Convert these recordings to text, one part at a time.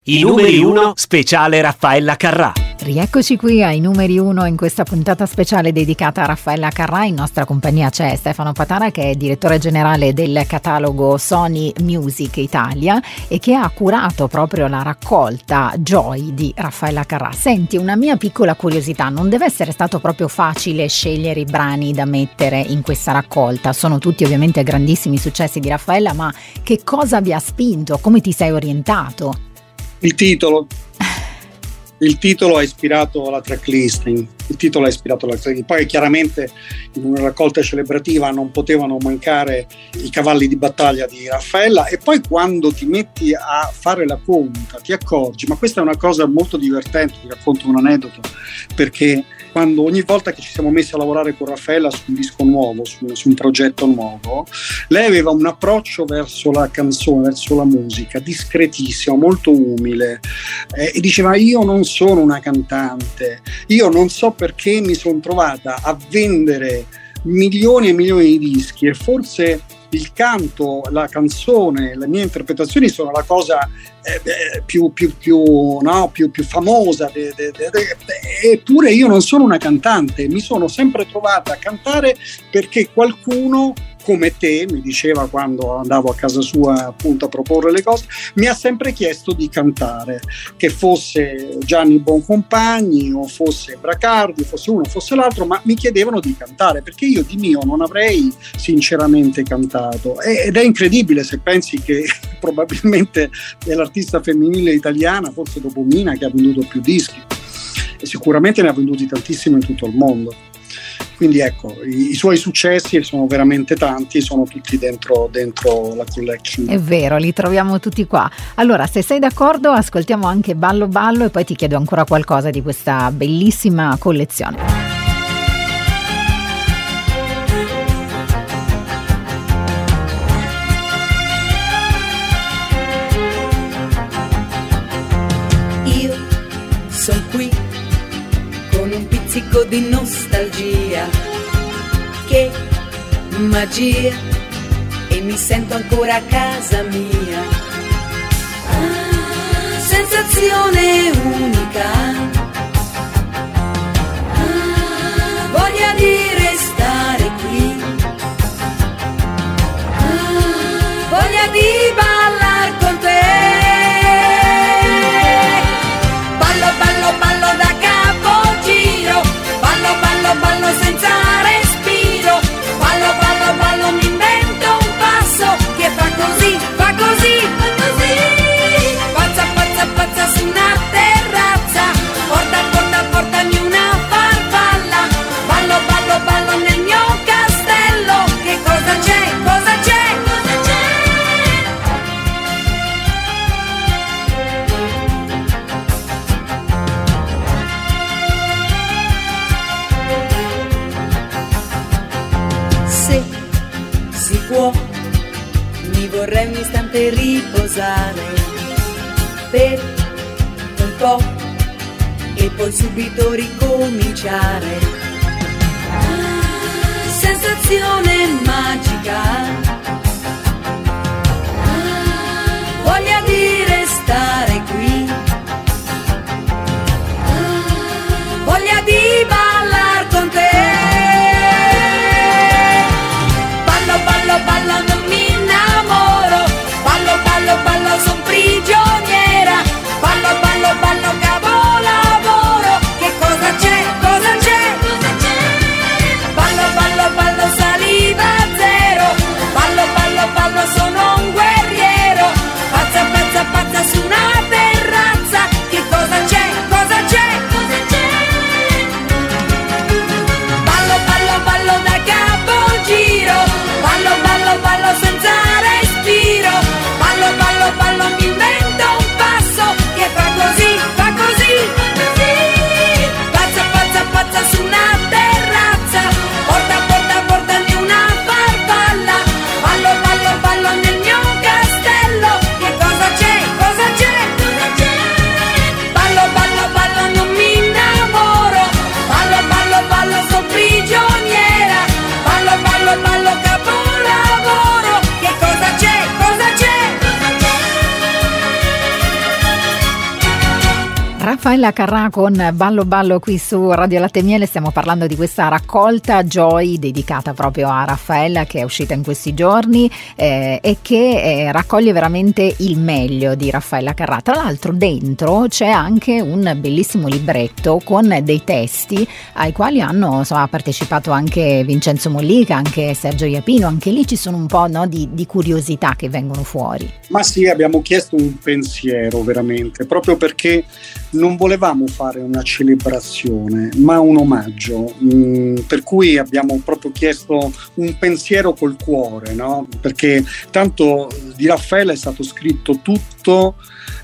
I numeri 1 speciale Raffaella Carrà. Rieccoci qui ai numeri 1 in questa puntata speciale dedicata a Raffaella Carrà. In nostra compagnia c'è Stefano Patara, che è direttore generale del catalogo Sony Music Italia e che ha curato proprio la raccolta Joy di Raffaella Carrà. Senti, una mia piccola curiosità: non deve essere stato proprio facile scegliere i brani da mettere in questa raccolta? Sono tutti ovviamente grandissimi successi di Raffaella, ma che cosa vi ha spinto? Come ti sei orientato? Il titolo ha ispirato la tracklisting. Poi chiaramente in una raccolta celebrativa non potevano mancare i cavalli di battaglia di Raffaella, e poi quando ti metti a fare la conta ti accorgi, ma questa è una cosa molto divertente, ti racconto un aneddoto, perché ogni volta che ci siamo messi a lavorare con Raffaella su un disco nuovo, su un progetto nuovo, lei aveva un approccio verso la canzone, verso la musica discretissimo, molto umile, e diceva: io non sono una cantante, io non so perché mi sono trovata a vendere milioni e milioni di dischi, e forse il canto, la canzone, le mie interpretazioni sono la cosa più famosa, eppure io non sono una cantante. Mi sono sempre trovata a cantare perché qualcuno come te, mi diceva quando andavo a casa sua appunto a proporre le cose, mi ha sempre chiesto di cantare, che fosse Gianni Boncompagni o fosse Bracardi, fosse uno fosse l'altro, ma mi chiedevano di cantare perché io di mio non avrei sinceramente cantato. Ed è incredibile se pensi che probabilmente è l'artista femminile italiana, forse dopo Mina, che ha venduto più dischi, e sicuramente ne ha venduti tantissimo in tutto il mondo. Quindi ecco, i suoi successi sono veramente tanti, sono tutti dentro la collection. È vero, li troviamo tutti qua. Allora, se sei d'accordo, ascoltiamo anche Ballo Ballo e poi ti chiedo ancora qualcosa di questa bellissima collezione. Io sono qui con un pizzico di nostalgia, che magia, e mi sento ancora a casa mia. Sensazione unica, voglia di restare qui, voglia di ballar con te. Ballo, ballo, ballo da capogiro, ballo, ballo, ballo senza respiro, ballo, ballo, ballo, mi invento un passo che fa così, fa così, fa così. Pazza, pazza, pazza su una terrazza, porta, porta, portami una farfalla, ballo, ballo, ballo nel mio castello, che cosa c'è, cosa c'è, cosa c'è? Se si può, mi vorrei un istante riposare per un po' e poi subito ricominciare. Sensazione magica, voglia di restare qui, voglia di ballar con te. Ballo, ballo, ballo, non mi innamoro, ballo, ballo, ballo, son prigioniera, ballo, ballo, ballo, capolavoro, che cosa c'è, cosa c'è, cosa c'è? Ballo, ballo, ballo, saliva zero, ballo, ballo, ballo, sono un guerriero, pazza, pazza, pazza. Raffaella Carrà con Ballo Ballo qui su Radio Latte e Miele. Stiamo parlando di questa raccolta Joy dedicata proprio a Raffaella, che è uscita in questi giorni e che raccoglie veramente il meglio di Raffaella Carrà. Tra l'altro dentro c'è anche un bellissimo libretto con dei testi ai quali hanno partecipato anche Vincenzo Mollica, anche Sergio Iapino. Anche lì ci sono un po', no, di curiosità che vengono fuori. Ma sì, abbiamo chiesto un pensiero veramente, proprio perché non volevamo fare una celebrazione, ma un omaggio, per cui abbiamo proprio chiesto un pensiero col cuore, no? Perché tanto di Raffaella è stato scritto tutto,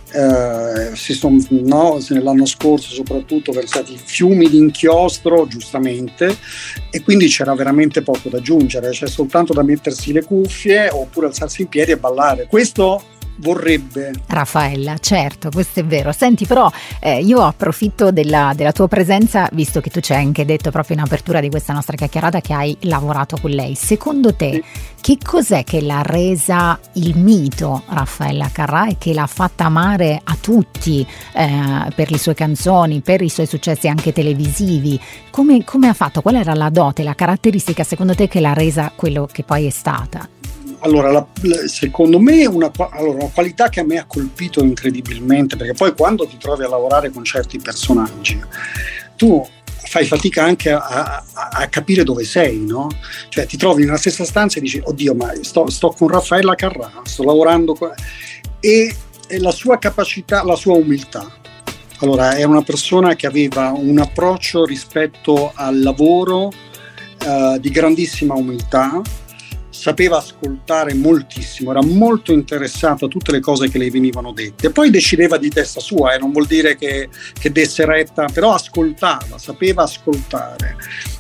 l'anno scorso soprattutto versati fiumi di inchiostro, giustamente, e quindi c'era veramente poco da aggiungere, c'è soltanto da mettersi le cuffie oppure alzarsi in piedi e ballare. Questo vorrebbe Raffaella, certo, questo è vero. Senti, però io approfitto della tua presenza, visto che tu ci hai anche detto proprio in apertura di questa nostra chiacchierata che hai lavorato con lei. Secondo te che cos'è che l'ha resa il mito Raffaella Carrà e che l'ha fatta amare a tutti per le sue canzoni, per i suoi successi anche televisivi? Come ha fatto? Qual era la dote, la caratteristica secondo te che l'ha resa quello che poi è stata? Allora, secondo me una qualità che a me ha colpito incredibilmente, perché poi quando ti trovi a lavorare con certi personaggi tu fai fatica anche a capire dove sei, no? Cioè ti trovi nella stessa stanza e dici oddio, ma sto con Raffaella Carrà, sto lavorando e la sua capacità, la sua umiltà. Allora, è una persona che aveva un approccio rispetto al lavoro di grandissima umiltà, sapeva ascoltare moltissimo, era molto interessato a tutte le cose che le venivano dette, poi decideva di testa sua, non vuol dire che desse retta, però ascoltava, sapeva ascoltare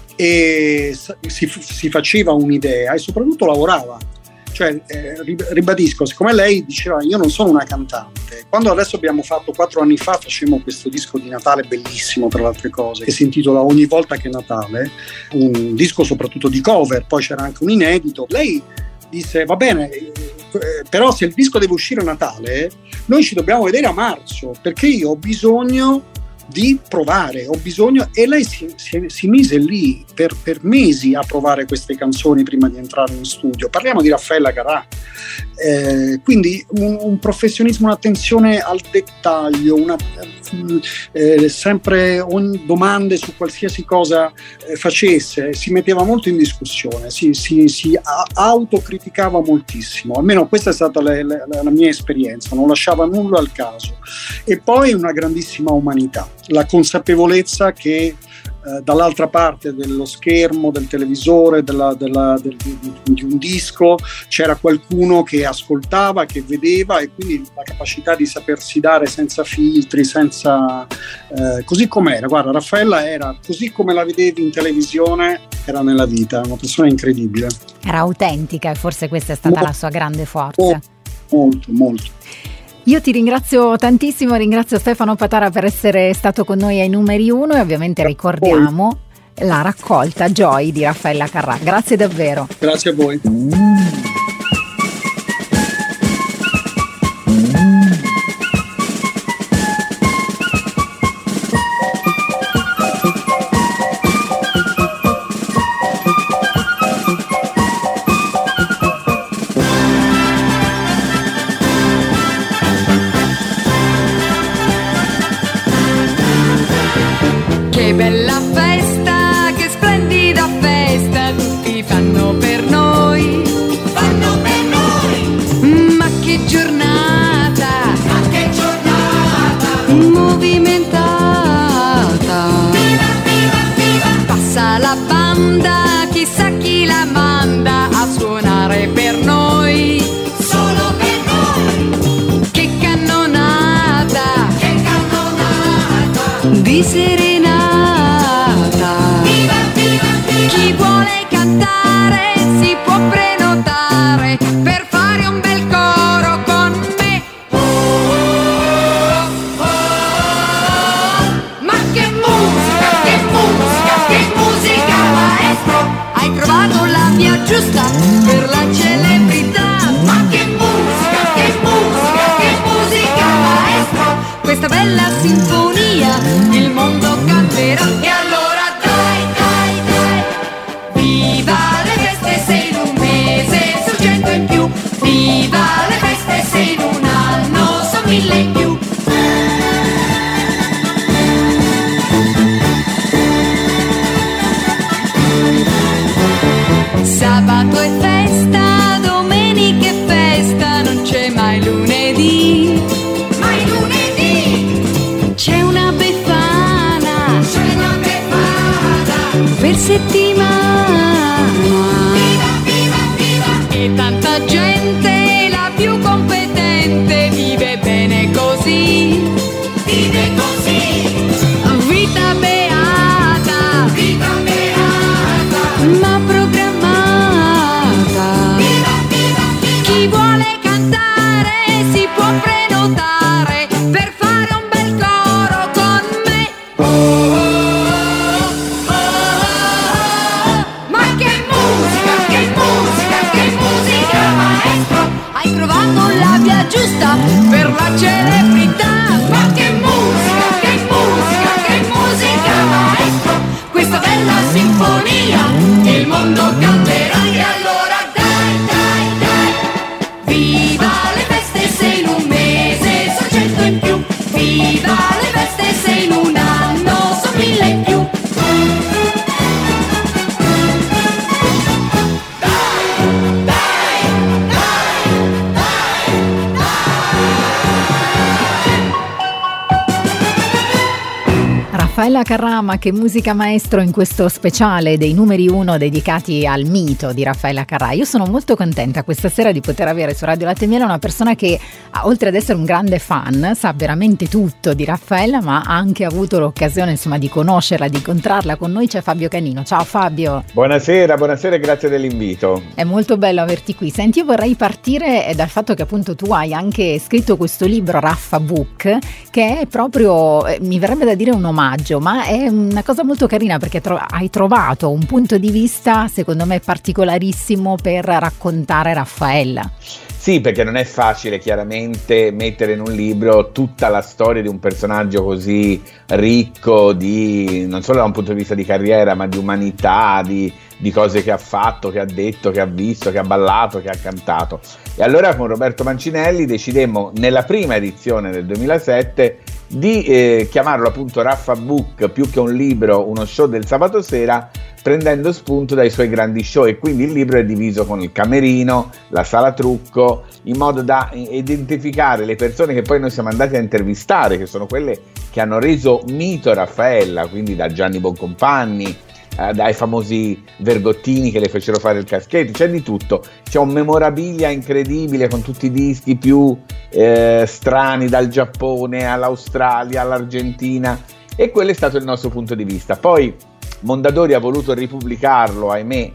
e si faceva un'idea e soprattutto lavorava. Cioè, ribadisco, siccome lei diceva io non sono una cantante, quando adesso abbiamo fatto 4 anni fa, facemmo questo disco di Natale bellissimo tra le altre cose, che si intitola Ogni volta che è Natale, un disco soprattutto di cover, poi c'era anche un inedito. Lei disse va bene, però se il disco deve uscire a Natale noi ci dobbiamo vedere a marzo, perché io ho bisogno di provare, ho bisogno, e lei si mise lì per mesi a provare queste canzoni prima di entrare in studio. Parliamo di Raffaella Carrà, quindi un professionismo, un'attenzione al dettaglio, sempre domande su qualsiasi cosa facesse, si metteva molto in discussione, si autocriticava moltissimo, almeno questa è stata la mia esperienza, non lasciava nulla al caso. E poi una grandissima umanità, la consapevolezza che dall'altra parte dello schermo, del televisore, di un disco c'era qualcuno che ascoltava, che vedeva, e quindi la capacità di sapersi dare senza filtri, senza così com'era. Guarda, Raffaella era così come la vedevi in televisione, era nella vita, una persona incredibile. Era autentica e forse questa è stata la sua grande forza. Molto. Io ti ringrazio tantissimo, ringrazio Stefano Patara per essere stato con noi ai numeri 1 e ovviamente ricordiamo la raccolta Joy di Raffaella Carrà. Grazie davvero. Grazie a voi. Che bella festa, che splendida festa, tutti fanno per noi. Fanno per noi. Ma che giornata, movimentata. Viva. Passa la banda, chissà chi la manda a suonare per noi. Solo per noi. Che cannonata, di serenata. Chi vuole cantare si può prenotare per fare un bel coro con me. Ma che musica, maestro! Hai trovato la via giusta per la celebrità. Ma che musica, maestro! Questa bella sinfonia il mondo canterà. E allora dai, dai, dai, viva le feste se in un mese sono 100 in più, viva le feste se in un anno sono 1000 in più. Sabato è festa, domenica è festa, non c'è mai lunedì. Mai lunedì! C'è una befana per settimana. Viva, viva, viva! E tanta gente, la più competente, vive bene così. Vive così! Vita beata! Vita beata! Ma chi vuole cantare si può prenotare per fare un bel coro con me. Oh, oh, oh, oh, oh. Ma che musica maestro! Hai trovato la via giusta per la celebrità. Ma che musica maestro! Questa bella sinfonia il mondo canterà. E allora viva le feste se in un mese sono 100 in più, viva le feste se in un anno sono 1000 in più. Dai, dai, dai, dai, dai. Raffaella Carrà, ma che musica maestro in questo speciale dei numeri 1 dedicati al mito di Raffaella Carrà. Io sono molto contenta questa sera di poter avere su Radio Latte e Miele una persona che, oltre ad essere un grande fan, sa veramente tutto di Raffaella, ma ha anche avuto l'occasione insomma di conoscerla, di incontrarla. Con noi c'è Fabio Canino. Ciao Fabio. Buonasera e grazie dell'invito. È molto bello averti qui. Senti, io vorrei partire dal fatto che appunto tu hai anche scritto questo libro Raffa Book, che è proprio, mi verrebbe da dire un omaggio, ma è una cosa molto carina perché hai trovato un punto di vista secondo me particolarissimo per raccontare Raffaella. Sì, perché non è facile chiaramente mettere in un libro tutta la storia di un personaggio così ricco di non solo da un punto di vista di carriera, ma di umanità, di cose che ha fatto, che ha detto, che ha visto, che ha ballato, che ha cantato. E allora con Roberto Mancinelli decidemmo nella prima edizione del 2007 di chiamarlo appunto Raffa Book, più che un libro, uno show del sabato sera, prendendo spunto dai suoi grandi show. E quindi il libro è diviso con il camerino, la sala trucco, in modo da identificare le persone che poi noi siamo andati a intervistare, che sono quelle che hanno reso mito Raffaella, quindi da Gianni Boncompagni dai famosi Vergottini che le fecero fare il caschetto, c'è di tutto, c'è un memorabilia incredibile con tutti i dischi più strani, dal Giappone all'Australia all'Argentina, e quello è stato il nostro punto di vista. Poi Mondadori ha voluto ripubblicarlo, ahimè,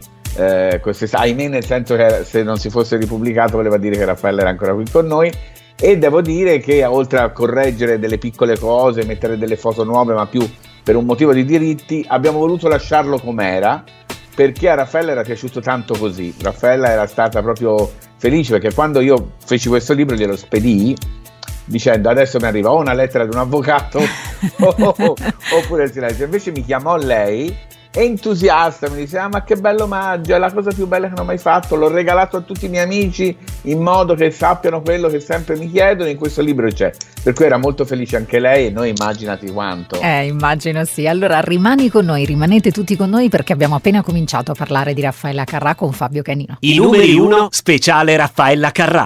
ahimè nel senso che se non si fosse ripubblicato voleva dire che Raffaella era ancora qui con noi, e devo dire che oltre a correggere delle piccole cose, mettere delle foto nuove, ma più per un motivo di diritti, abbiamo voluto lasciarlo com'era, perché a Raffaella era piaciuto tanto così. Raffaella era stata proprio felice, perché quando io feci questo libro glielo spedii dicendo adesso mi arriva o una lettera di un avvocato oppure il silenzio. Invece mi chiamò lei, entusiasta, mi disse ma che bello omaggio, è la cosa più bella che non ho mai fatto, l'ho regalato a tutti i miei amici in modo che sappiano quello che sempre mi chiedono, in questo libro c'è. Per cui era molto felice anche lei, e noi immaginati quanto. Immagino sì. Allora rimani con noi, rimanete tutti con noi, perché abbiamo appena cominciato a parlare di Raffaella Carrà con Fabio Canino. I numeri 1 speciale Raffaella Carrà.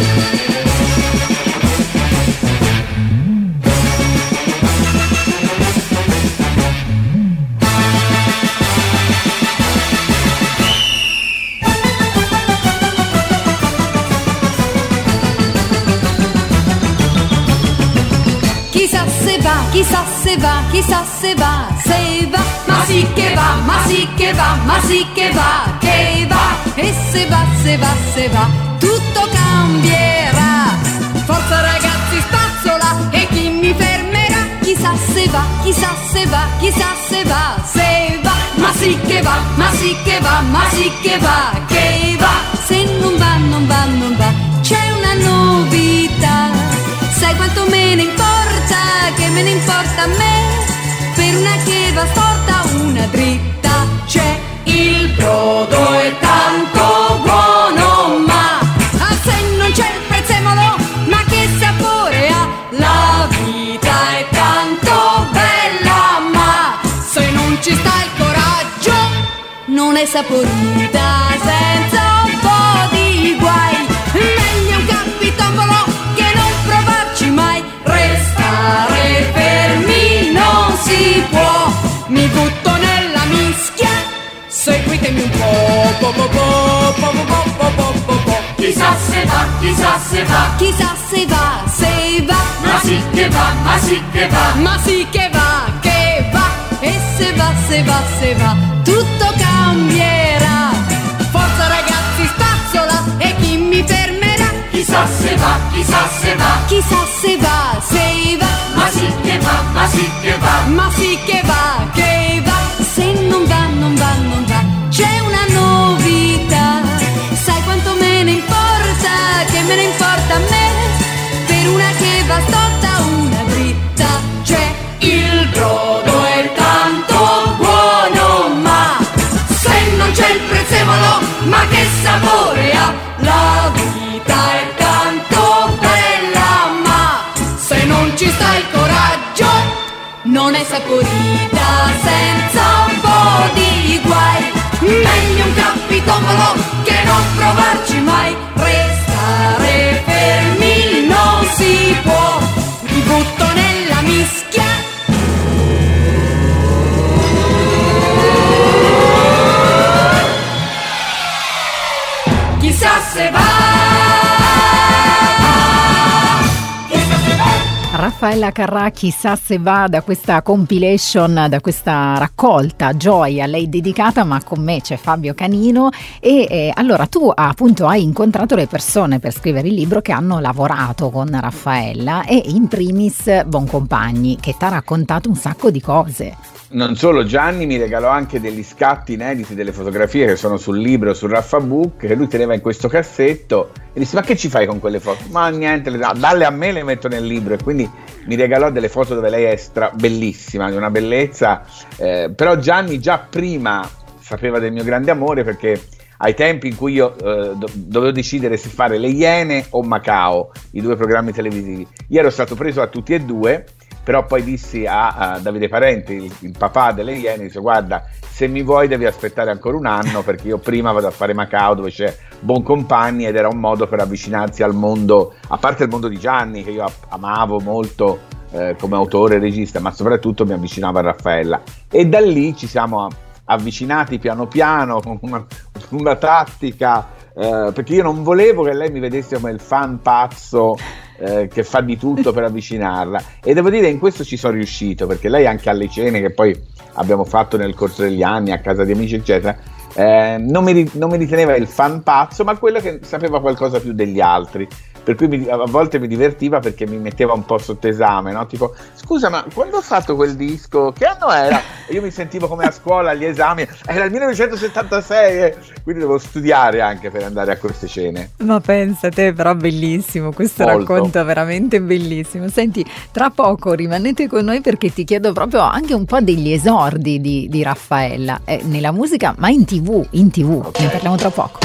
Chissà se va, chissà se va, ma sì che va, ma sì che va, ma sì che va, e se va, tutto cambierà. Forza ragazzi, spazzola, e chi mi fermerà? Chissà se va, chissà se va, chissà se va, ma sì che va, ma sì che va, ma sì che va, se non va, non va, non va, c'è una novità, sai quanto me ne importa me ne importa a me, per una che va storta, una dritta c'è. Il brodo è tanto buono, ma se non c'è il prezzemolo, ma che sapore ha? La vita è tanto bella, ma se non ci sta il coraggio, non è saporita senza un po' di guai. Meglio un capitombolo che non provarci mai. Restare fermi non si può, mi butto nella mischia, seguitemi un po', Chissà se va, chissà se va, chissà se va, se va. Ma sì che va, ma sì che va, ma sì che va. E se va, se va, se va, tutto cambierà. Forza ragazzi, spazzola, e chi mi fermerà? Chissà se va, chissà se va, chissà se va, se va. Ma sì che va, ma sì che va, ma sì che va, che va. Se non va, non va, non va, c'è una novità. Sai quanto me ne importa, che me ne importa a me, per una che va storta, una dritta c'è. Il brodo è tanto buono, ma se non c'è il prezzemolo, ma che sapore ha? La vita è tanto bella, ma se non ci sta il coraggio, non è saporita senza un po' di guai. Meglio un capitombolo che non provarci mai. Restare fermi non si può, mi butto nella mischia. Chissà se va. Raffaella Carrà, chissà se va, da questa compilation, da questa raccolta Gioia, a lei dedicata, ma con me c'è Fabio Canino. E allora tu appunto hai incontrato le persone per scrivere il libro che hanno lavorato con Raffaella, e in primis Boncompagni, che ti ha raccontato un sacco di cose. Non solo, Gianni mi regalò anche degli scatti inediti delle fotografie che sono sul libro, sul Raffabook, che lui teneva in questo cassetto, e disse: ma che ci fai con quelle foto? Ma niente, dalle a me, le metto nel libro. E quindi mi regalò delle foto dove lei è bellissima, di una bellezza, però Gianni già prima sapeva del mio grande amore, perché ai tempi in cui io dovevo decidere se fare Le Iene o Macao, i due programmi televisivi, io ero stato preso a tutti e due. Però poi dissi a Davide Parenti, il papà delle Iene, disse: guarda, se mi vuoi devi aspettare ancora un anno, perché io prima vado a fare Macao, dove c'è Boncompagni, ed era un modo per avvicinarsi al mondo, a parte il mondo di Gianni, che io amavo molto come autore e regista, ma soprattutto mi avvicinava a Raffaella. E da lì ci siamo avvicinati piano piano, con una tattica, perché io non volevo che lei mi vedesse come il fan pazzo che fa di tutto per avvicinarla, e devo dire in questo ci sono riuscito, perché lei anche alle cene che poi abbiamo fatto nel corso degli anni a casa di amici eccetera, non mi riteneva il fan pazzo, ma quello che sapeva qualcosa più degli altri, per cui a volte mi divertiva, perché mi metteva un po' sotto esame, no? Tipo: scusa, ma quando ho fatto quel disco, che anno era? E io mi sentivo come a scuola agli esami, era il 1976, quindi dovevo studiare anche per andare a queste cene. Ma pensa te, però bellissimo, questo Molto. racconto veramente bellissimo. Senti, tra poco rimanete con noi, perché ti chiedo proprio anche un po' degli esordi di Raffaella, nella musica, ma in TV, Okay. Ne parliamo tra poco.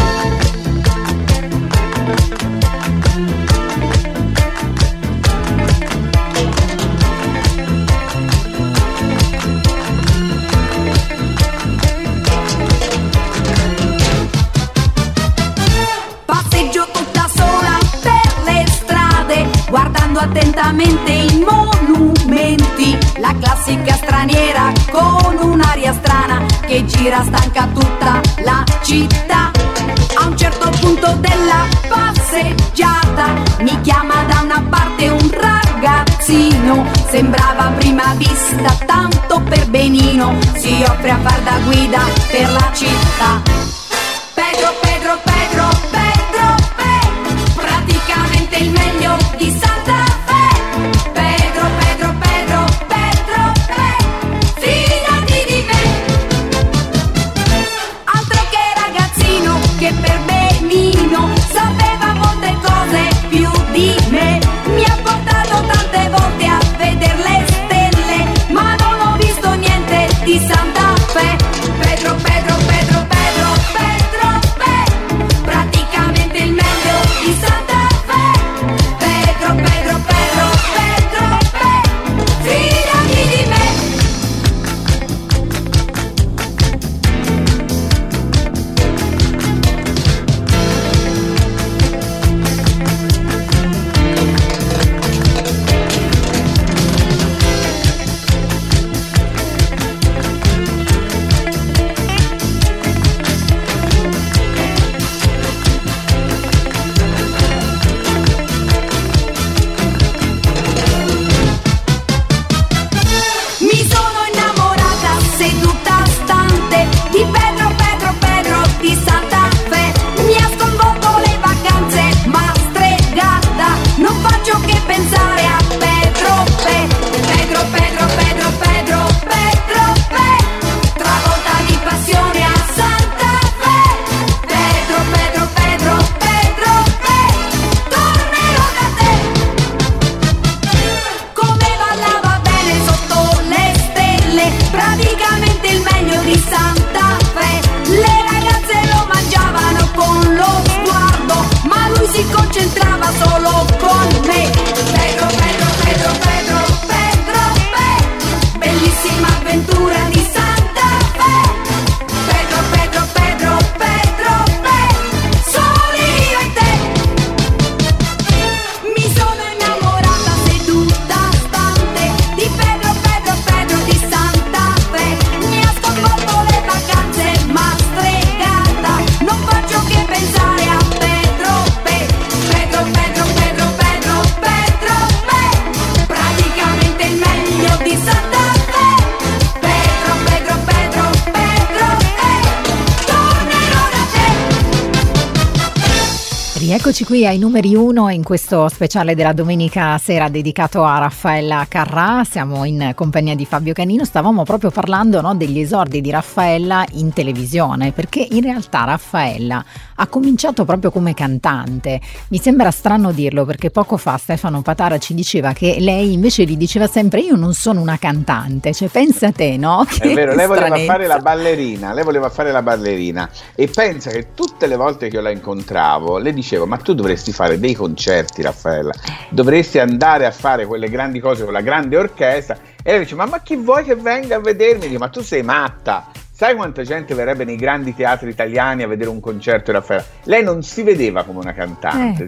Passeggio tutta sola per le strade, guardando attentamente i monumenti, la classica straniera con un'aria strana che gira stanca tutta la città. A un certo punto della passeggiata mi chiama da una parte un ragazzino, sembrava a prima vista tanto per benino, si offre a far da guida per la città. Pedro, Pedro, Pedro, Pedro, praticamente il meglio di Santa Fe. Pedro, Pedro, Pedro, Pedro, fidati di me. Altro che ragazzino, che per benino sapeva molte cose più di me. Mi ha portato tante volte a veder le Eccoci qui ai numeri 1 in questo speciale della domenica sera dedicato a Raffaella Carrà. Siamo in compagnia di Fabio Canino. Stavamo proprio parlando, no, degli esordi di Raffaella in televisione, perché in realtà Raffaella ha cominciato proprio come cantante. Mi sembra strano dirlo, perché poco fa Stefano Patara ci diceva che lei invece gli diceva sempre: io non sono una cantante. Cioè, pensa a te, no? Che è vero, lei voleva stranezza. fare la ballerina, e pensa che tutte le volte che io la incontravo le dicevo: ma tu dovresti fare dei concerti, Raffaella, dovresti andare a fare quelle grandi cose con la grande orchestra. E lei dice: ma chi vuoi che venga a vedermi? Dico: ma tu sei matta, sai quanta gente verrebbe nei grandi teatri italiani a vedere un concerto di Raffaella? Lei non si vedeva come una cantante,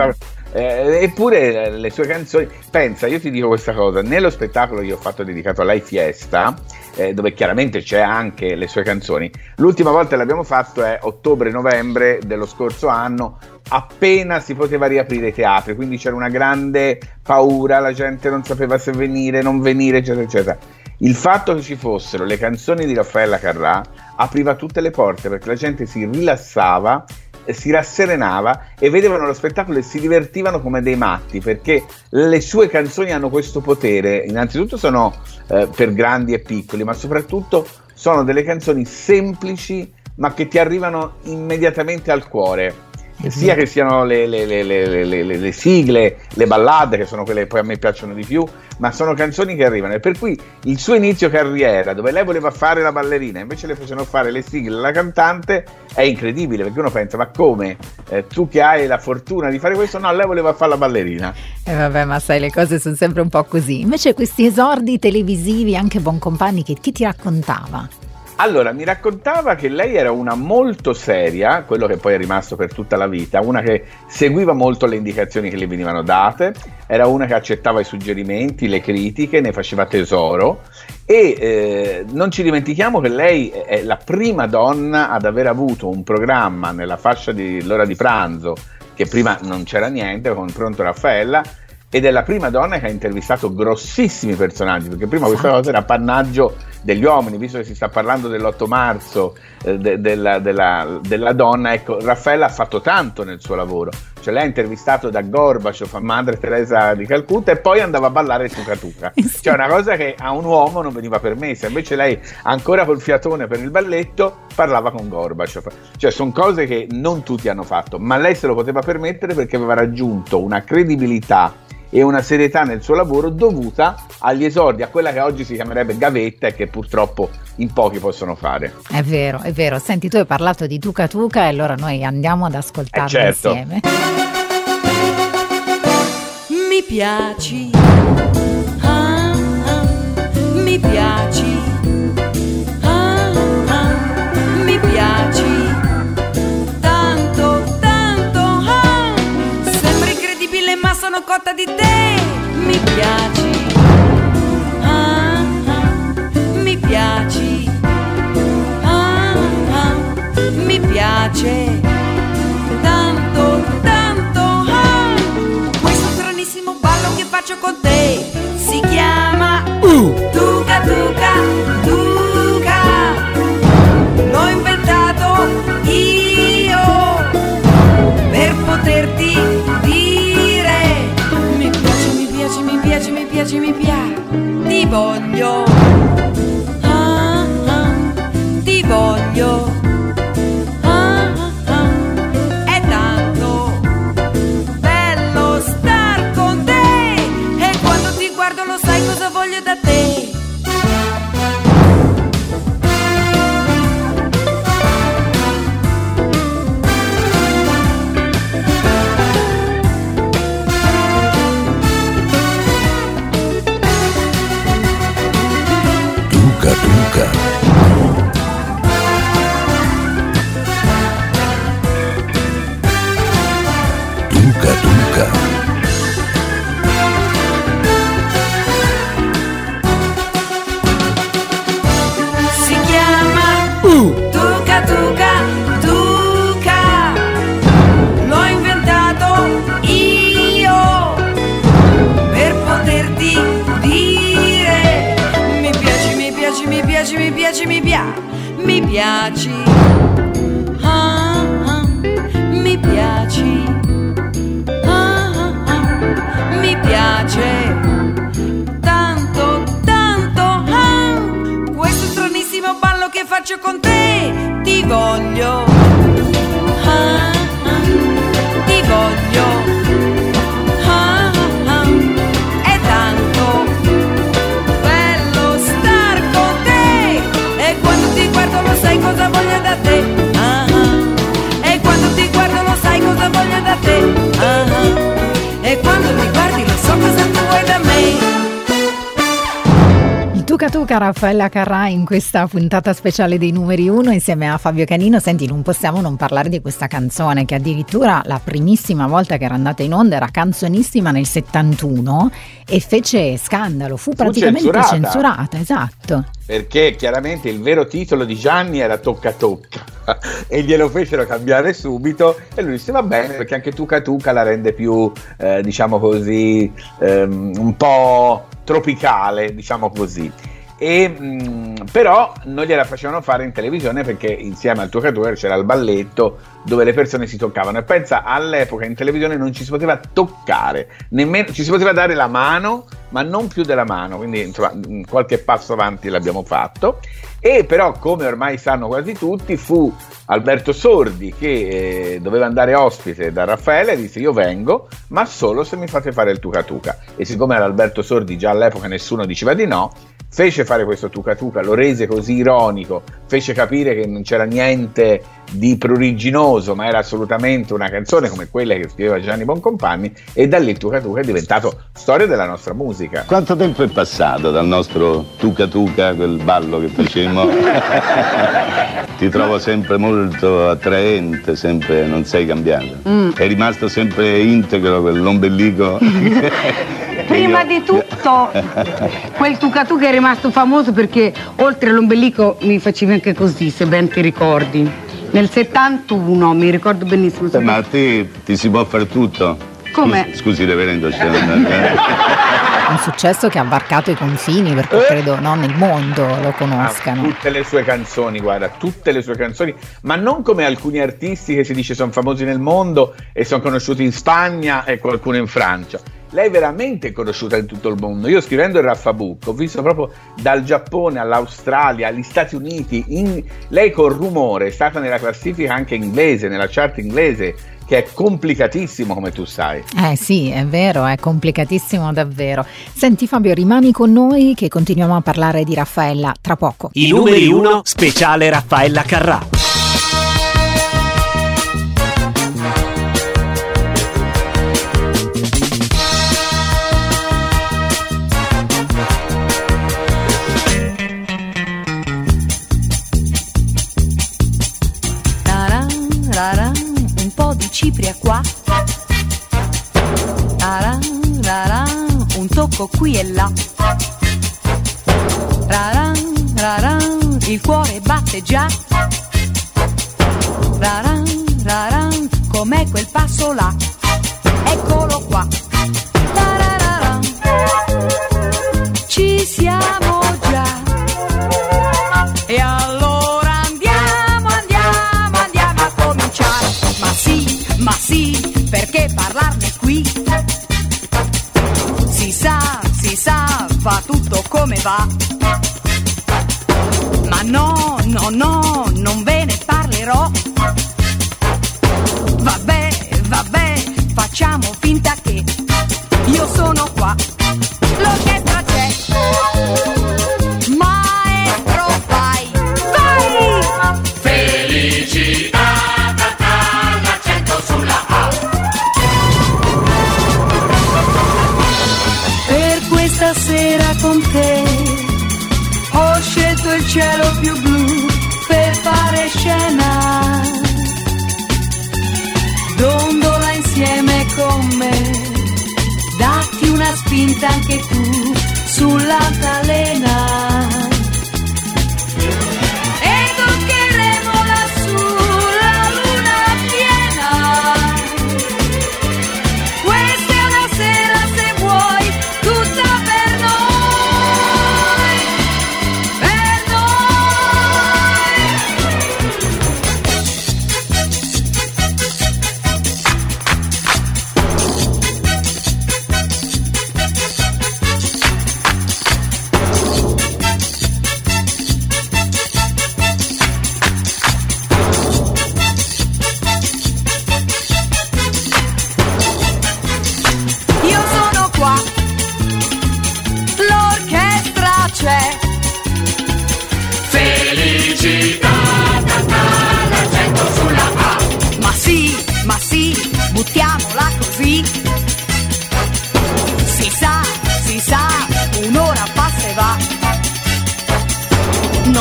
eppure le sue canzoni, pensa, io ti dico questa cosa, nello spettacolo che io ho fatto dedicato a Lei Fiesta, dove chiaramente c'è anche le sue canzoni, l'ultima volta che l'abbiamo fatto è ottobre-novembre dello scorso anno, appena si poteva riaprire i teatri, quindi c'era una grande paura, la gente non sapeva se venire, non venire, eccetera eccetera. Il fatto che ci fossero le canzoni di Raffaella Carrà apriva tutte le porte, perché la gente si rilassava, si rasserenava e vedevano lo spettacolo e si divertivano come dei matti, perché le sue canzoni hanno questo potere. Innanzitutto sono per grandi e piccoli, ma soprattutto sono delle canzoni semplici ma che ti arrivano immediatamente al cuore, sia che siano le sigle, le ballate, che sono quelle che poi a me piacciono di più, ma sono canzoni che arrivano. E per cui il suo inizio carriera, dove lei voleva fare la ballerina, invece le facevano fare le sigle, la cantante, è incredibile, perché uno pensa: ma come? Tu che hai la fortuna di fare questo? No, lei voleva fare la ballerina. E vabbè, ma sai, le cose sono sempre un po' così. Invece questi esordi televisivi, anche Boncompagni, che chi ti raccontava? Allora, mi raccontava che lei era una molto seria, quello che poi è rimasto per tutta la vita, una che seguiva molto le indicazioni che le venivano date, era una che accettava i suggerimenti, le critiche, ne faceva tesoro, e non ci dimentichiamo che lei è la prima donna ad aver avuto un programma nella fascia di l'ora di pranzo, che prima non c'era niente, con Pronto Raffaella, ed è la prima donna che ha intervistato grossissimi personaggi, perché prima questa cosa era appannaggio degli uomini, visto che si sta parlando dell'8 marzo, della donna. Ecco, Raffaella ha fatto tanto nel suo lavoro, cioè lei ha intervistato da Gorbaciov a Madre Teresa di Calcutta e poi andava a ballare il tuca tuca, cioè una cosa che a un uomo non veniva permessa, invece lei ancora col fiatone per il balletto parlava con Gorbaciov, cioè sono cose che non tutti hanno fatto, ma lei se lo poteva permettere perché aveva raggiunto una credibilità e una serietà nel suo lavoro dovuta agli esordi, a quella che oggi si chiamerebbe gavetta e che purtroppo in pochi possono fare. È vero, è vero. Senti, tu hai parlato di Tuca Tuca e allora noi andiamo ad ascoltarlo certo. insieme. Mi piaci, mi piaci, mi piaci, tanto, tanto, sembra incredibile ma sono cotta di te. Mi piaci, mi piaci, mi piace, tanto, tanto, questo stranissimo ballo che faccio con te si chiama Tuca Tuca Tuca, l'ho inventato io per poterti dire mi piace, mi piace, mi piace, mi piace, mi piace, ti voglio, ti voglio, è tanto bello star con te e quando ti guardo lo sai cosa voglio da te. Tuca Tuca. Tuca Tuca. Si chiama Tuca Tuca Tuca, l'ho inventato io per poterti dire mi piaci, mi piaci, mi piaci, mi piaci, mi piaci, mi piaci, mi piaci, faccio con te, ti voglio, ti voglio. È tanto bello star con te, e quando ti guardo lo sai cosa voglio da te, e quando ti guardo lo sai cosa voglio da te, e quando mi guardi lo so cosa tu vuoi da me. Tuca Tuca, Raffaella Carrà in questa puntata speciale dei numeri 1 insieme a Fabio Canino. Senti, non possiamo non parlare di questa canzone che addirittura la primissima volta che era andata in onda era canzonissima nel 71 e fece scandalo, fu praticamente censurata, esatto. Perché chiaramente il vero titolo di Gianni era Tocca Tocca e glielo fecero cambiare subito e lui disse va bene, perché anche Tuca Tuca la rende più, diciamo così, un po' tropicale, diciamo così. Però non gliela facevano fare in televisione perché insieme al Tuca Tuca c'era il balletto dove le persone si toccavano, e pensa, all'epoca in televisione non ci si poteva toccare, nemmeno ci si poteva dare la mano, ma non più della mano, quindi insomma qualche passo avanti l'abbiamo fatto. E però, come ormai sanno quasi tutti, fu Alberto Sordi che doveva andare ospite da Raffaele e disse io vengo, ma solo se mi fate fare il Tuca Tuca. E siccome era Alberto Sordi, già all'epoca nessuno diceva di no, fece fare questo Tuca Tuca, lo rese così ironico, fece capire che non c'era niente di pruriginoso, ma era assolutamente una canzone come quella che scriveva Gianni Boncompagni, e da lì il Tuca Tuca è diventato storia della nostra musica. Quanto tempo è passato dal nostro Tuca Tuca, quel ballo che facemmo? Ti trovo sempre molto attraente, sempre, non sei cambiato. È rimasto sempre integro quell'ombelico. Prima di tutto, quel Tuca Tuca è rimasto famoso perché oltre all'ombelico mi facevi anche così, se ben ti ricordi. Nel 71, mi ricordo benissimo. Ma a te ti si può fare tutto? Come? Scusi, reverendo. Un successo che ha varcato i confini, perché credo nel mondo lo conoscano. Tutte le sue canzoni, guarda, tutte le sue canzoni, ma non come alcuni artisti che si dice sono famosi nel mondo e sono conosciuti in Spagna e qualcuno in Francia. Lei è veramente conosciuta in tutto il mondo. Io scrivendo il Raffabook ho visto proprio dal Giappone all'Australia, agli Stati Uniti, lei col Rumore è stata nella classifica anche inglese, nella chart inglese, che è complicatissimo come tu sai. Sì, è vero, è complicatissimo davvero. Senti Fabio, rimani con noi che continuiamo a parlare di Raffaella tra poco. I numeri 1 speciale Raffaella Carrà. Un po' di cipria qua, un tocco qui e là, il cuore batte già, com'è quel passo là, eccolo qua, ci siamo già, e allora andiamo a cominciare. Ma sì, perché parlarne qui? Si sa, fa tutto come va. Ma no, non ve ne parlerò. Vabbè, facciamo finta che io sono qua. L'orchestra c'è. Maestro, vai! Felicità! Stasera con te ho scelto il cielo più blu per fare scena, dondola insieme con me, datti una spinta anche tu sull'altalena.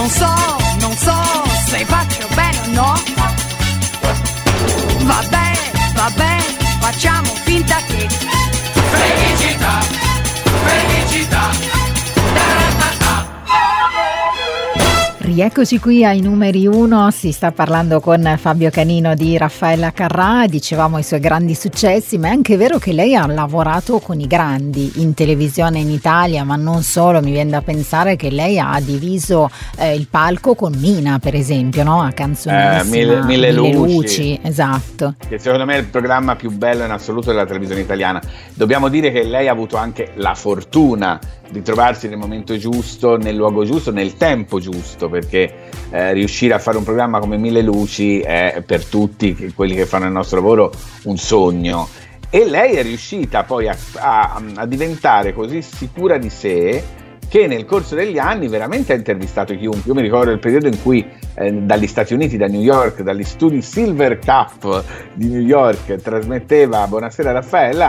Non so se faccio bene o no. Vabbè, facciamo finta che felicità, Rieccoci qui ai numeri 1, si sta parlando con Fabio Canino di Raffaella Carrà, dicevamo i suoi grandi successi, ma è anche vero che lei ha lavorato con i grandi in televisione in Italia, ma non solo, mi viene da pensare che lei ha diviso il palco con Mina, per esempio, no? A Canzonissima, Mille luci, esatto. Che secondo me è il programma più bello in assoluto della televisione italiana. Dobbiamo dire che lei ha avuto anche la fortuna di trovarsi nel momento giusto, nel luogo giusto, nel tempo giusto, perché riuscire a fare un programma come Mille luci è per tutti quelli che fanno il nostro lavoro un sogno, e lei è riuscita poi a diventare così sicura di sé che nel corso degli anni veramente ha intervistato chiunque. Io mi ricordo il periodo in cui dagli Stati Uniti, da New York, dagli studi Silver Cup di New York trasmetteva Buonasera Raffaella,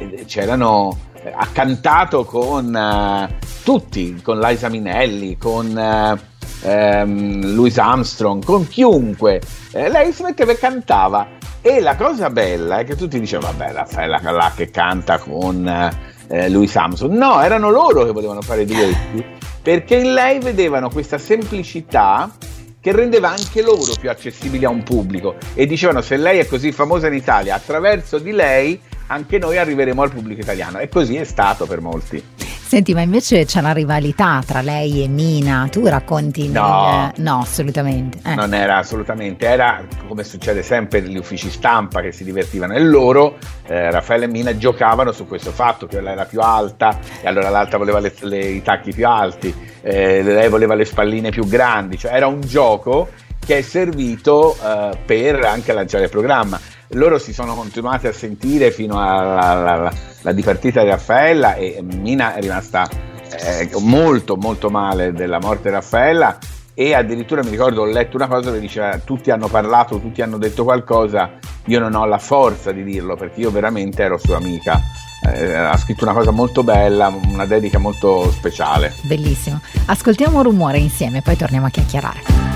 ha cantato con tutti, con Liza Minnelli, con Louis Armstrong, con chiunque. Lei si metteva e cantava, e la cosa bella è che tutti dicevano vabbè, Raffaella Carrà che canta con Louis Armstrong. No, erano loro che volevano fare duetti, perché in lei vedevano questa semplicità che rendeva anche loro più accessibili a un pubblico, e dicevano se lei è così famosa in Italia, attraverso di lei anche noi arriveremo al pubblico italiano, e così è stato per molti. Senti, ma invece c'è una rivalità tra lei e Mina, tu racconti? No, no, assolutamente. Non era assolutamente, era come succede sempre negli uffici stampa che si divertivano, e loro, Raffaella e Mina, giocavano su questo fatto che lei era più alta e allora l'altra voleva i tacchi più alti, lei voleva le spalline più grandi, cioè era un gioco che è servito per anche lanciare il programma. Loro si sono continuati a sentire fino alla dipartita di Raffaella, e Mina è rimasta molto molto male della morte di Raffaella, e addirittura mi ricordo, ho letto una cosa che diceva tutti hanno parlato, tutti hanno detto qualcosa, io non ho la forza di dirlo perché io veramente ero sua amica. Ha scritto una cosa molto bella, una dedica molto speciale. Bellissimo. Ascoltiamo Rumore insieme, poi torniamo a chiacchierare.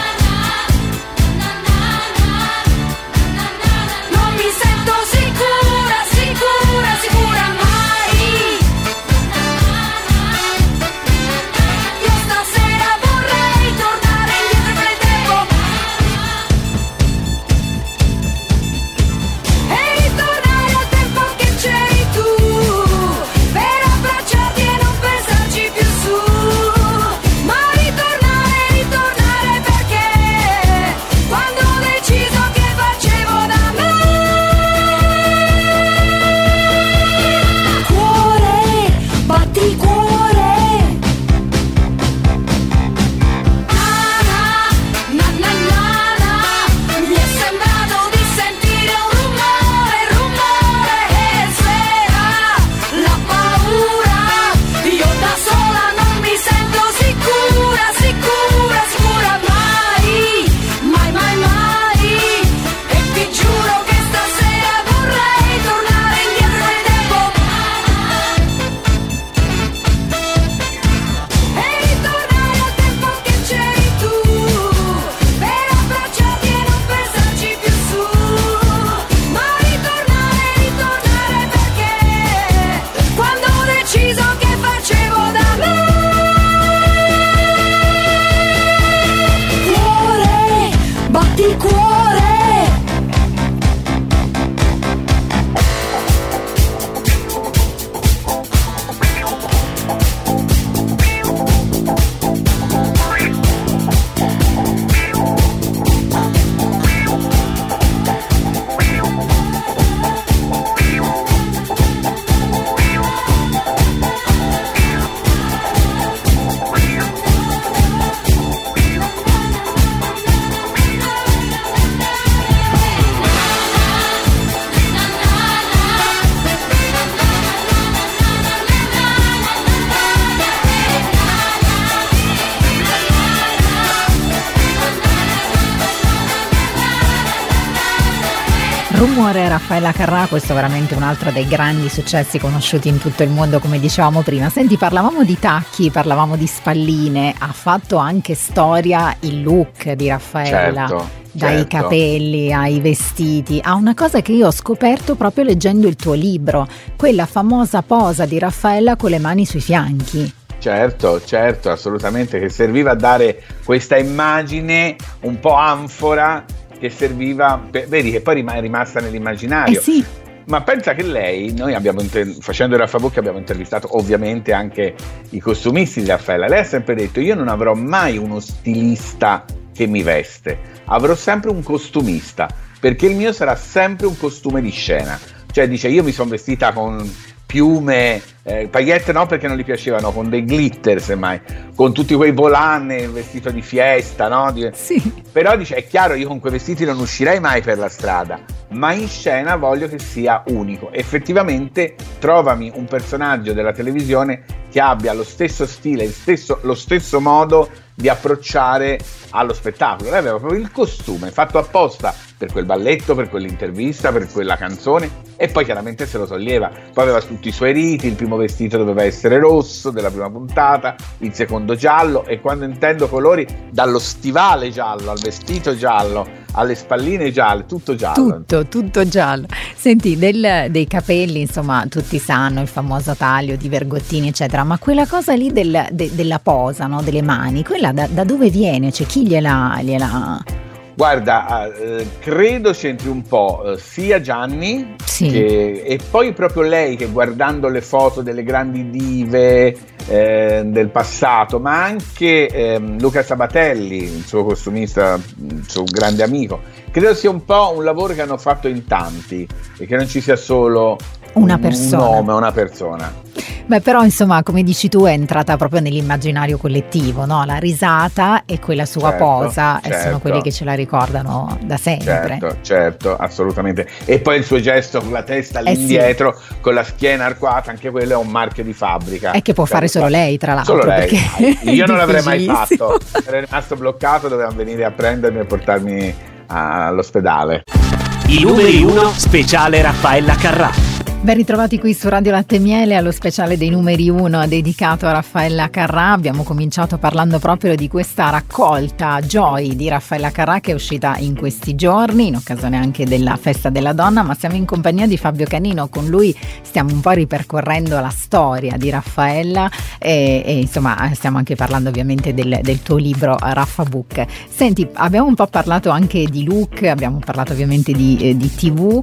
Non mi sento sicura. Rumore, Raffaella Carrà, questo è veramente un altro dei grandi successi conosciuti in tutto il mondo, come dicevamo prima. Senti, parlavamo di tacchi, parlavamo di spalline, ha fatto anche storia il look di Raffaella. Certo, dai certo. capelli ai vestiti, a una cosa che io ho scoperto proprio leggendo il tuo libro, quella famosa posa di Raffaella con le mani sui fianchi. Certo, assolutamente, che serviva a dare questa immagine un po' anfora, che serviva, vedi che poi è rimasta nell'immaginario. Sì. Ma pensa che lei, noi abbiamo facendo il Raffabook abbiamo intervistato ovviamente anche i costumisti di Raffaella. Lei ha sempre detto: io non avrò mai uno stilista che mi veste, avrò sempre un costumista, perché il mio sarà sempre un costume di scena. Cioè dice, io mi sono vestita con piume, paillette no, perché non gli piacevano, con dei glitter semmai, con tutti quei volant, il vestito di fiesta, no? Sì. Però dice, è chiaro, io con quei vestiti non uscirei mai per la strada, ma in scena voglio che sia unico. Effettivamente trovami un personaggio della televisione che abbia lo stesso stile, lo stesso modo di approcciare allo spettacolo. Lei aveva proprio il costume fatto apposta per quel balletto, per quell'intervista, per quella canzone, e poi chiaramente se lo toglieva. Poi aveva tutti i suoi riti, il primo vestito doveva essere rosso della prima puntata, il secondo giallo, e quando intendo colori, dallo stivale giallo al vestito giallo alle spalline gialle, tutto giallo. Tutto giallo. Senti, dei capelli, insomma, tutti sanno il famoso taglio di Vergottini, eccetera, ma quella cosa lì della posa, no? Delle mani, quella da dove viene? Cioè, chi gliela... Guarda, credo c'entri un po' sia Gianni, sì, e poi proprio lei, che guardando le foto delle grandi dive del passato, ma anche Luca Sabatelli, il suo costumista, il suo grande amico, credo sia un po' un lavoro che hanno fatto in tanti e che non ci sia solo una persona, un nome, una persona. Beh, però insomma, come dici tu, è entrata proprio nell'immaginario collettivo, no? La risata e quella sua posa sono quelli che ce la ricordano da sempre. Certo, assolutamente. E poi il suo gesto con la testa all'indietro, sì, con la schiena arcuata, anche quello è un marchio di fabbrica. E che può fare solo lei, tra l'altro. Solo lei. Io non l'avrei mai fatto. Difficilissimo. Ero rimasto bloccato, dovevano venire a prendermi e portarmi all'ospedale. I numeri 1 speciale Raffaella Carrà. Ben ritrovati qui su Radio Latte e Miele allo speciale dei numeri 1 dedicato a Raffaella Carrà. Abbiamo cominciato parlando proprio di questa raccolta Joy di Raffaella Carrà che è uscita in questi giorni in occasione anche della Festa della Donna, ma siamo in compagnia di Fabio Canino. Con lui stiamo un po' ripercorrendo la storia di Raffaella e insomma stiamo anche parlando ovviamente del tuo libro Raffabook. Senti, abbiamo un po' parlato anche di look, abbiamo parlato ovviamente di TV,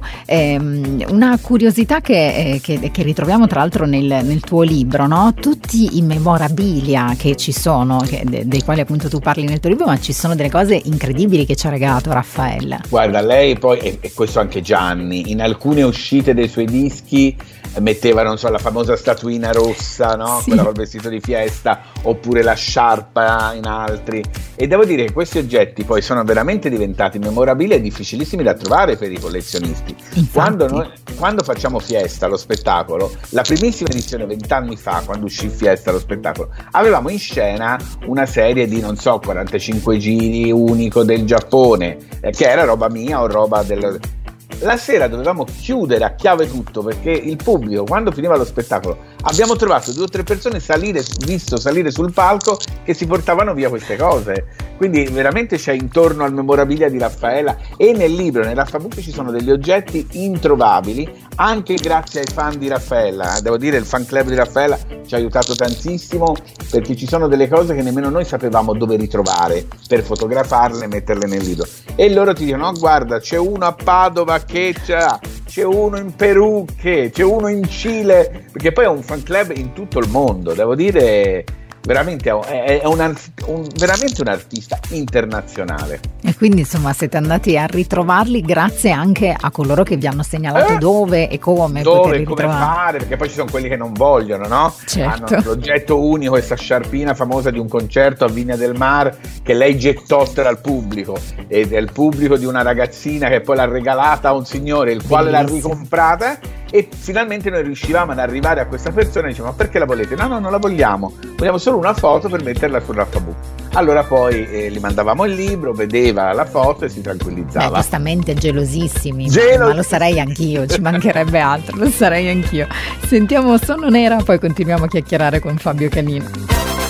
una curiosità che ritroviamo tra l'altro nel tuo libro, no? Tutti i memorabilia che ci sono, dei quali appunto tu parli nel tuo libro, ma ci sono delle cose incredibili che ci ha regalato Raffaella. Guarda, lei poi, e questo anche Gianni, in alcune uscite dei suoi dischi metteva, non so, la famosa statuina rossa, no? Sì. Quella col vestito di fiesta, oppure la sciarpa in altri, e devo dire che questi oggetti poi sono veramente diventati memorabili e difficilissimi da trovare per i collezionisti. Quando facciamo Fiesta, lo spettacolo, la primissima edizione 20 anni fa, quando uscì Fiesta, lo spettacolo, avevamo in scena una serie di, non so, 45 giri unico del Giappone, che era roba mia o roba del... La sera dovevamo chiudere a chiave tutto, perché il pubblico, quando finiva lo spettacolo, abbiamo trovato 2 o 3 persone salire sul palco che si portavano via queste cose. Quindi veramente c'è intorno al memorabilia di Raffaella, e nel libro, nel Raffabook, ci sono degli oggetti introvabili anche grazie ai fan di Raffaella. Devo dire, il fan club di Raffaella ci ha aiutato tantissimo, perché ci sono delle cose che nemmeno noi sapevamo dove ritrovare per fotografarle e metterle nel libro, e loro ti dicono: no, guarda, c'è uno a Padova che c'è uno in Perù, che c'è uno in Cile, perché poi è un fan club in tutto il mondo. Devo dire, veramente è veramente un artista internazionale. E quindi insomma siete andati a ritrovarli grazie anche a coloro che vi hanno segnalato dove e come fare, perché poi ci sono quelli che non vogliono, no? Certo. Hanno l'oggetto unico, questa sciarpina famosa di un concerto a Vigna del Mar che lei gettò dal pubblico, e del pubblico di una ragazzina che poi l'ha regalata a un signore, il quale l'ha ricomprata, e finalmente noi riuscivamo ad arrivare a questa persona e dicevamo: ma perché la volete? No, non la vogliamo solo una foto per metterla sul Raffabook. Allora poi gli mandavamo il libro, vedeva la foto e si tranquillizzava. Questa mente gelosissimi, ma lo sarei anch'io, ci mancherebbe altro, lo sarei anch'io. Sentiamo Sono Nera, poi continuiamo a chiacchierare con Fabio Canino.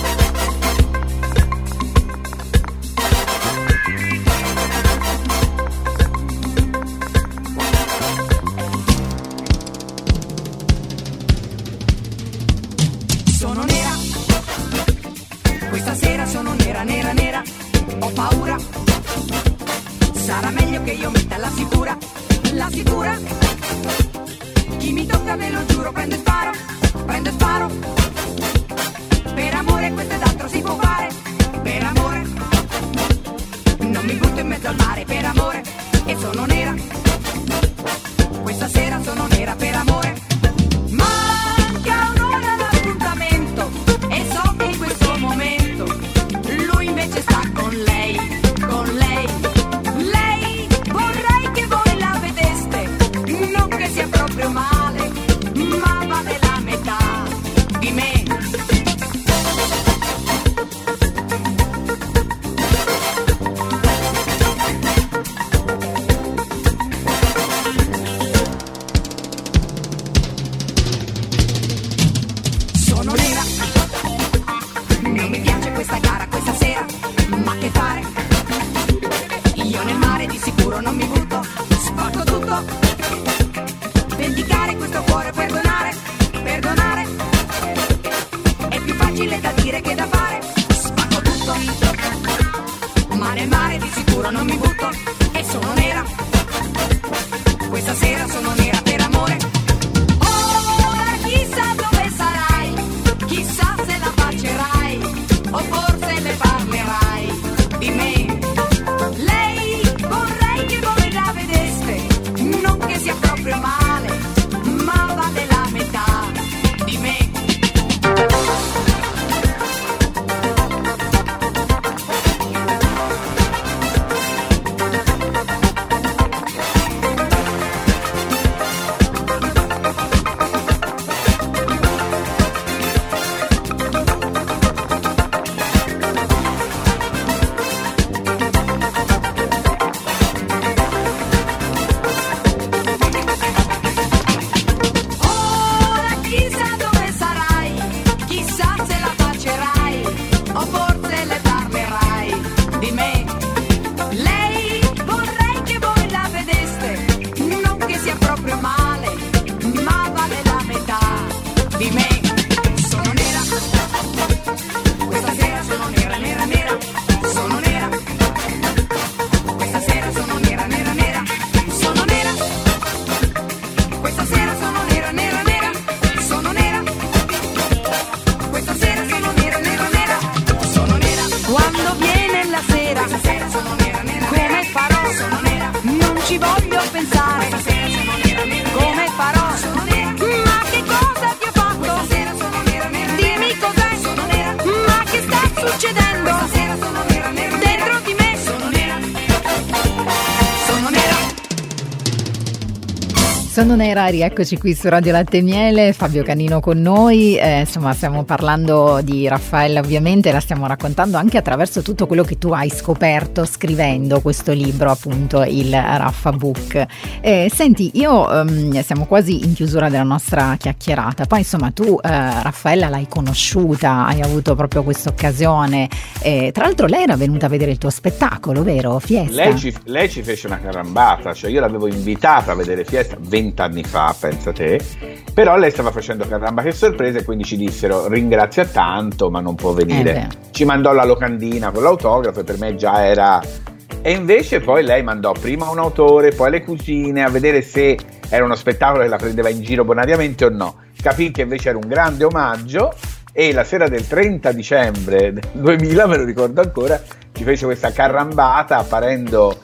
Sono Nera, rieccoci qui su Radio Latte e Miele, Fabio Canino con noi, insomma stiamo parlando di Raffaella ovviamente, la stiamo raccontando anche attraverso tutto quello che tu hai scoperto scrivendo questo libro, appunto il Raffa Book. Senti, siamo quasi in chiusura della nostra chiacchierata, poi insomma tu Raffaella l'hai conosciuta, hai avuto proprio questa occasione, tra l'altro lei era venuta a vedere il tuo spettacolo, vero? Fiesta? Lei ci fece una carambata, cioè io l'avevo invitata a vedere Fiesta 20 anni fa, pensa te, però lei stava facendo caramba che sorpresa e quindi ci dissero ringrazia tanto ma non può venire, ci mandò la locandina con l'autografo e per me già era, e invece poi lei mandò prima un autore poi le cugine a vedere se era uno spettacolo che la prendeva in giro bonariamente o no, capì che invece era un grande omaggio e la sera del 30 dicembre del 2000, me lo ricordo ancora, ci fece questa carambata apparendo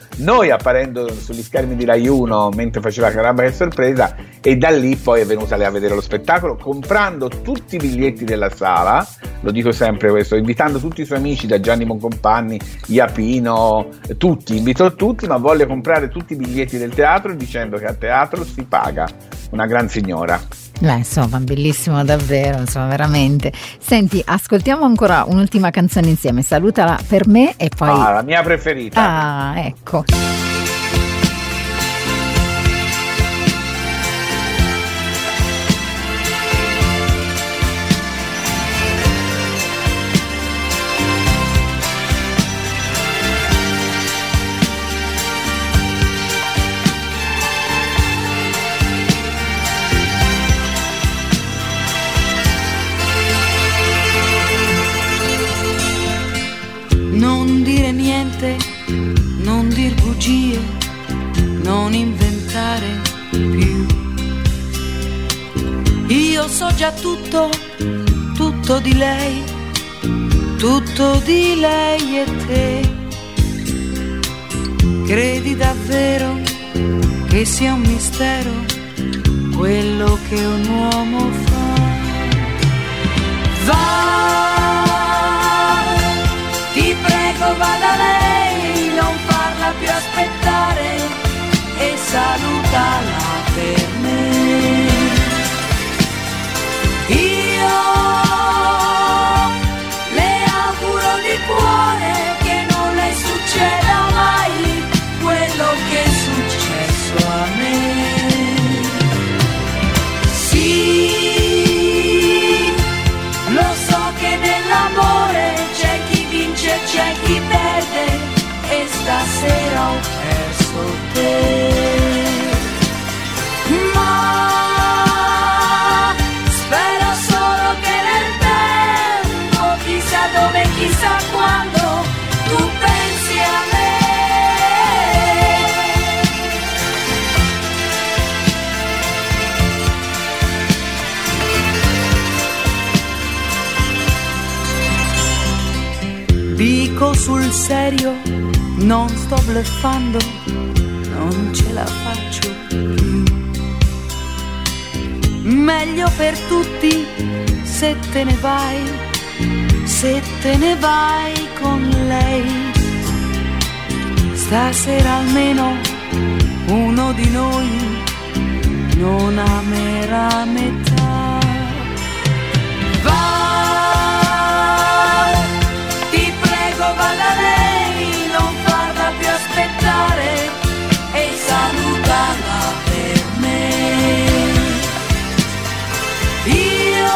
sugli schermi di Rai 1 mentre faceva caramba che sorpresa, e da lì poi è venuta lei a vedere lo spettacolo comprando tutti i biglietti della sala, lo dico sempre questo, invitando tutti i suoi amici, da Gianni Boncompagni, Iapino, invitò tutti, ma volle comprare tutti i biglietti del teatro dicendo che a teatro si paga, una gran signora. Insomma, bellissimo davvero, insomma, veramente. Senti, ascoltiamo ancora un'ultima canzone insieme, Salutala per me e poi... la mia preferita. Ah, ecco. Non dire niente, non dir bugie, non inventare più. Io so già tutto, tutto di lei e te. Credi davvero che sia un mistero quello che un uomo fa? Ti prego, va da lei, non farla più aspettare e salutala per me. Io le auguro di cuore che non le succeda mai quello che è successo a me. Sì, lo so che nell'amore c'è chi vince, c'è chi perde e stasera ho perso te. Ma spero solo che nel tempo, chissà dove, chissà quando, tu pensi a me. Dico sul serio, non sto bluffando, non ce la faccio più. Meglio per tutti se te ne vai con lei. Stasera almeno uno di noi non amerà metà. Va da lei, non farla più aspettare e salutala per me. Io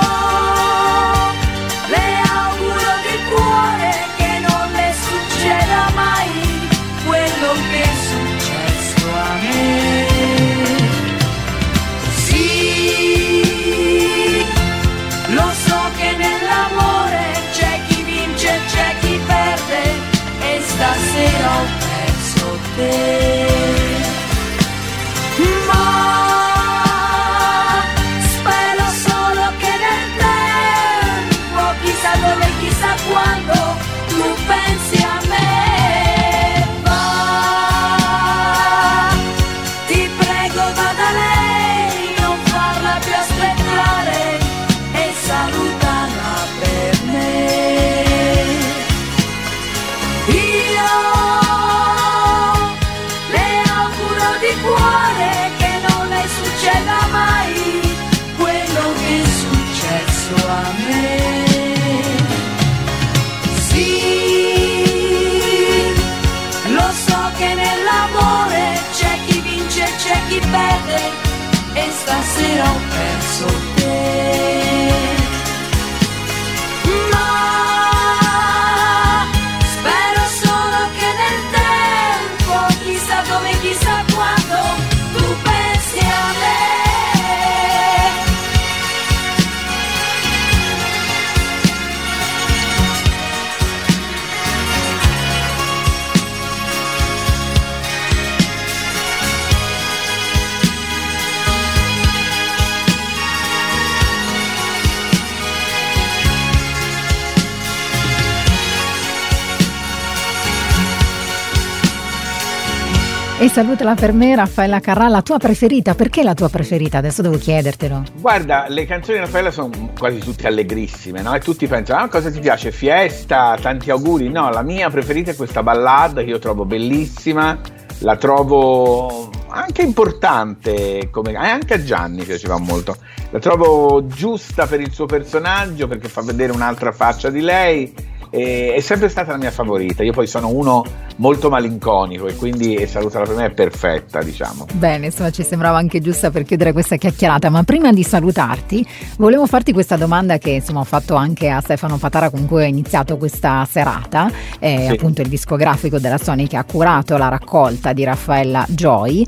le auguro di cuore che non le succeda mai quello che è successo a me. Sì, lo so che nell'amore c'è chi vince, c'è chi perde e stasera ho perso te. Ma spero solo che nel tempo, chissà dove, chissà quando, tu pensi a me. Va, ti prego, va da lei, non farla più aspettare e salutala per me. Cuore che non le succeda mai quello che è successo a me. Sì, lo so che nell'amore c'è chi vince, c'è chi perde e stasera ho perso te. Ma spero solo che nel tempo, chissà dove, chissà quando, tu pensi a me. E salutala per me, Raffaella Carrà, la tua preferita. Perché la tua preferita? Adesso devo chiedertelo. Guarda, le canzoni di Raffaella sono quasi tutte allegrissime, no? E tutti pensano, cosa ti piace? Fiesta, tanti auguri? No, la mia preferita è questa ballad che io trovo bellissima, la trovo anche importante, come anche a Gianni piaceva molto. La trovo giusta per il suo personaggio, perché fa vedere un'altra faccia di lei. È sempre stata la mia favorita. Io poi sono uno molto malinconico e quindi salutarla per me è perfetta, diciamo. Bene, insomma ci sembrava anche giusta per chiudere questa chiacchierata, ma prima di salutarti volevo farti questa domanda che insomma ho fatto anche a Stefano Patara, con cui ho iniziato questa serata, sì. Appunto il discografico della Sony che ha curato la raccolta di Raffaella Joy.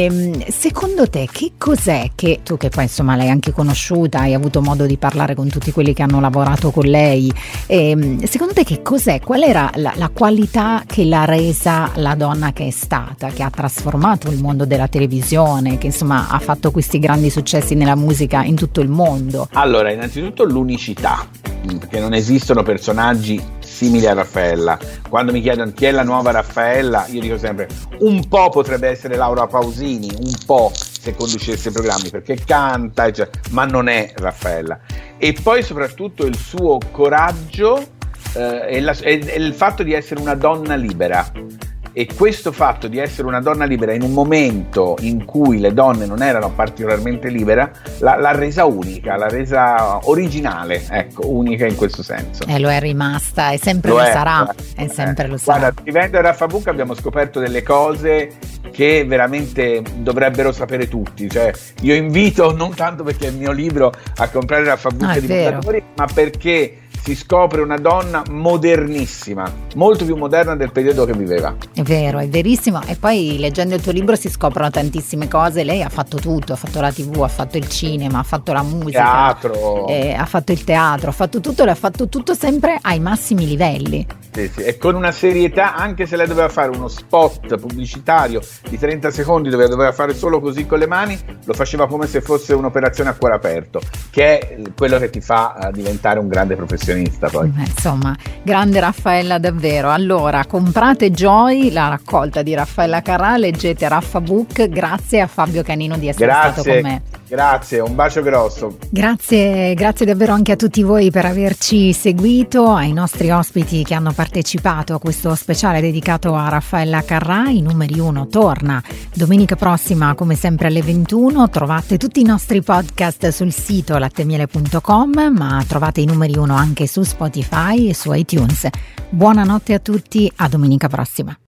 Secondo te che cos'è che tu, che poi insomma l'hai anche conosciuta, hai avuto modo di parlare con tutti quelli che hanno lavorato con lei, secondo te che cos'è? Qual era la qualità che l'ha resa la donna che è stata, che ha trasformato il mondo della televisione, che insomma ha fatto questi grandi successi nella musica in tutto il mondo? Allora, innanzitutto l'unicità, perché non esistono personaggi simili a Raffaella. Quando mi chiedono chi è la nuova Raffaella, io dico sempre un po' potrebbe essere Laura Pausini, un po' se conducesse i programmi, perché canta, ma non è Raffaella. E poi soprattutto il suo coraggio e il fatto di essere una donna libera, e questo fatto di essere una donna libera in un momento in cui le donne non erano particolarmente libere l'ha resa unica, l'ha resa originale, ecco, unica in questo senso. Lo è rimasta e sempre lo sarà, e sempre lo sarà. Guarda, scrivendo Raffa Bucca abbiamo scoperto delle cose che veramente dovrebbero sapere tutti, cioè io invito, non tanto perché è il mio libro, a comprare Raffa Bucca di Mondadori, ma perché si scopre una donna modernissima, molto più moderna del periodo che viveva. È vero, è verissimo. E poi leggendo il tuo libro si scoprono tantissime cose. Lei ha fatto tutto, ha fatto la TV, ha fatto il cinema, ha fatto la musica, teatro, ha fatto il teatro, ha fatto tutto, l'ha fatto tutto sempre ai massimi livelli. Sì, e con una serietà, anche se lei doveva fare uno spot pubblicitario di 30 secondi dove doveva fare solo così con le mani, lo faceva come se fosse un'operazione a cuore aperto, che è quello che ti fa diventare un grande professionista poi. Insomma, grande Raffaella davvero. Allora, comprate Joy, la raccolta di Raffaella Carrà, leggete Raffa Book. Grazie a Fabio Canino di essere stato con me. Grazie, un bacio grosso. Grazie davvero anche a tutti voi per averci seguito, ai nostri ospiti che hanno partecipato a questo speciale dedicato a Raffaella Carrà. I numeri 1 torna domenica prossima come sempre alle 21. Trovate tutti i nostri podcast sul sito lattemiele.com, ma trovate i numeri 1 anche su Spotify e su iTunes. Buonanotte a tutti, a domenica prossima.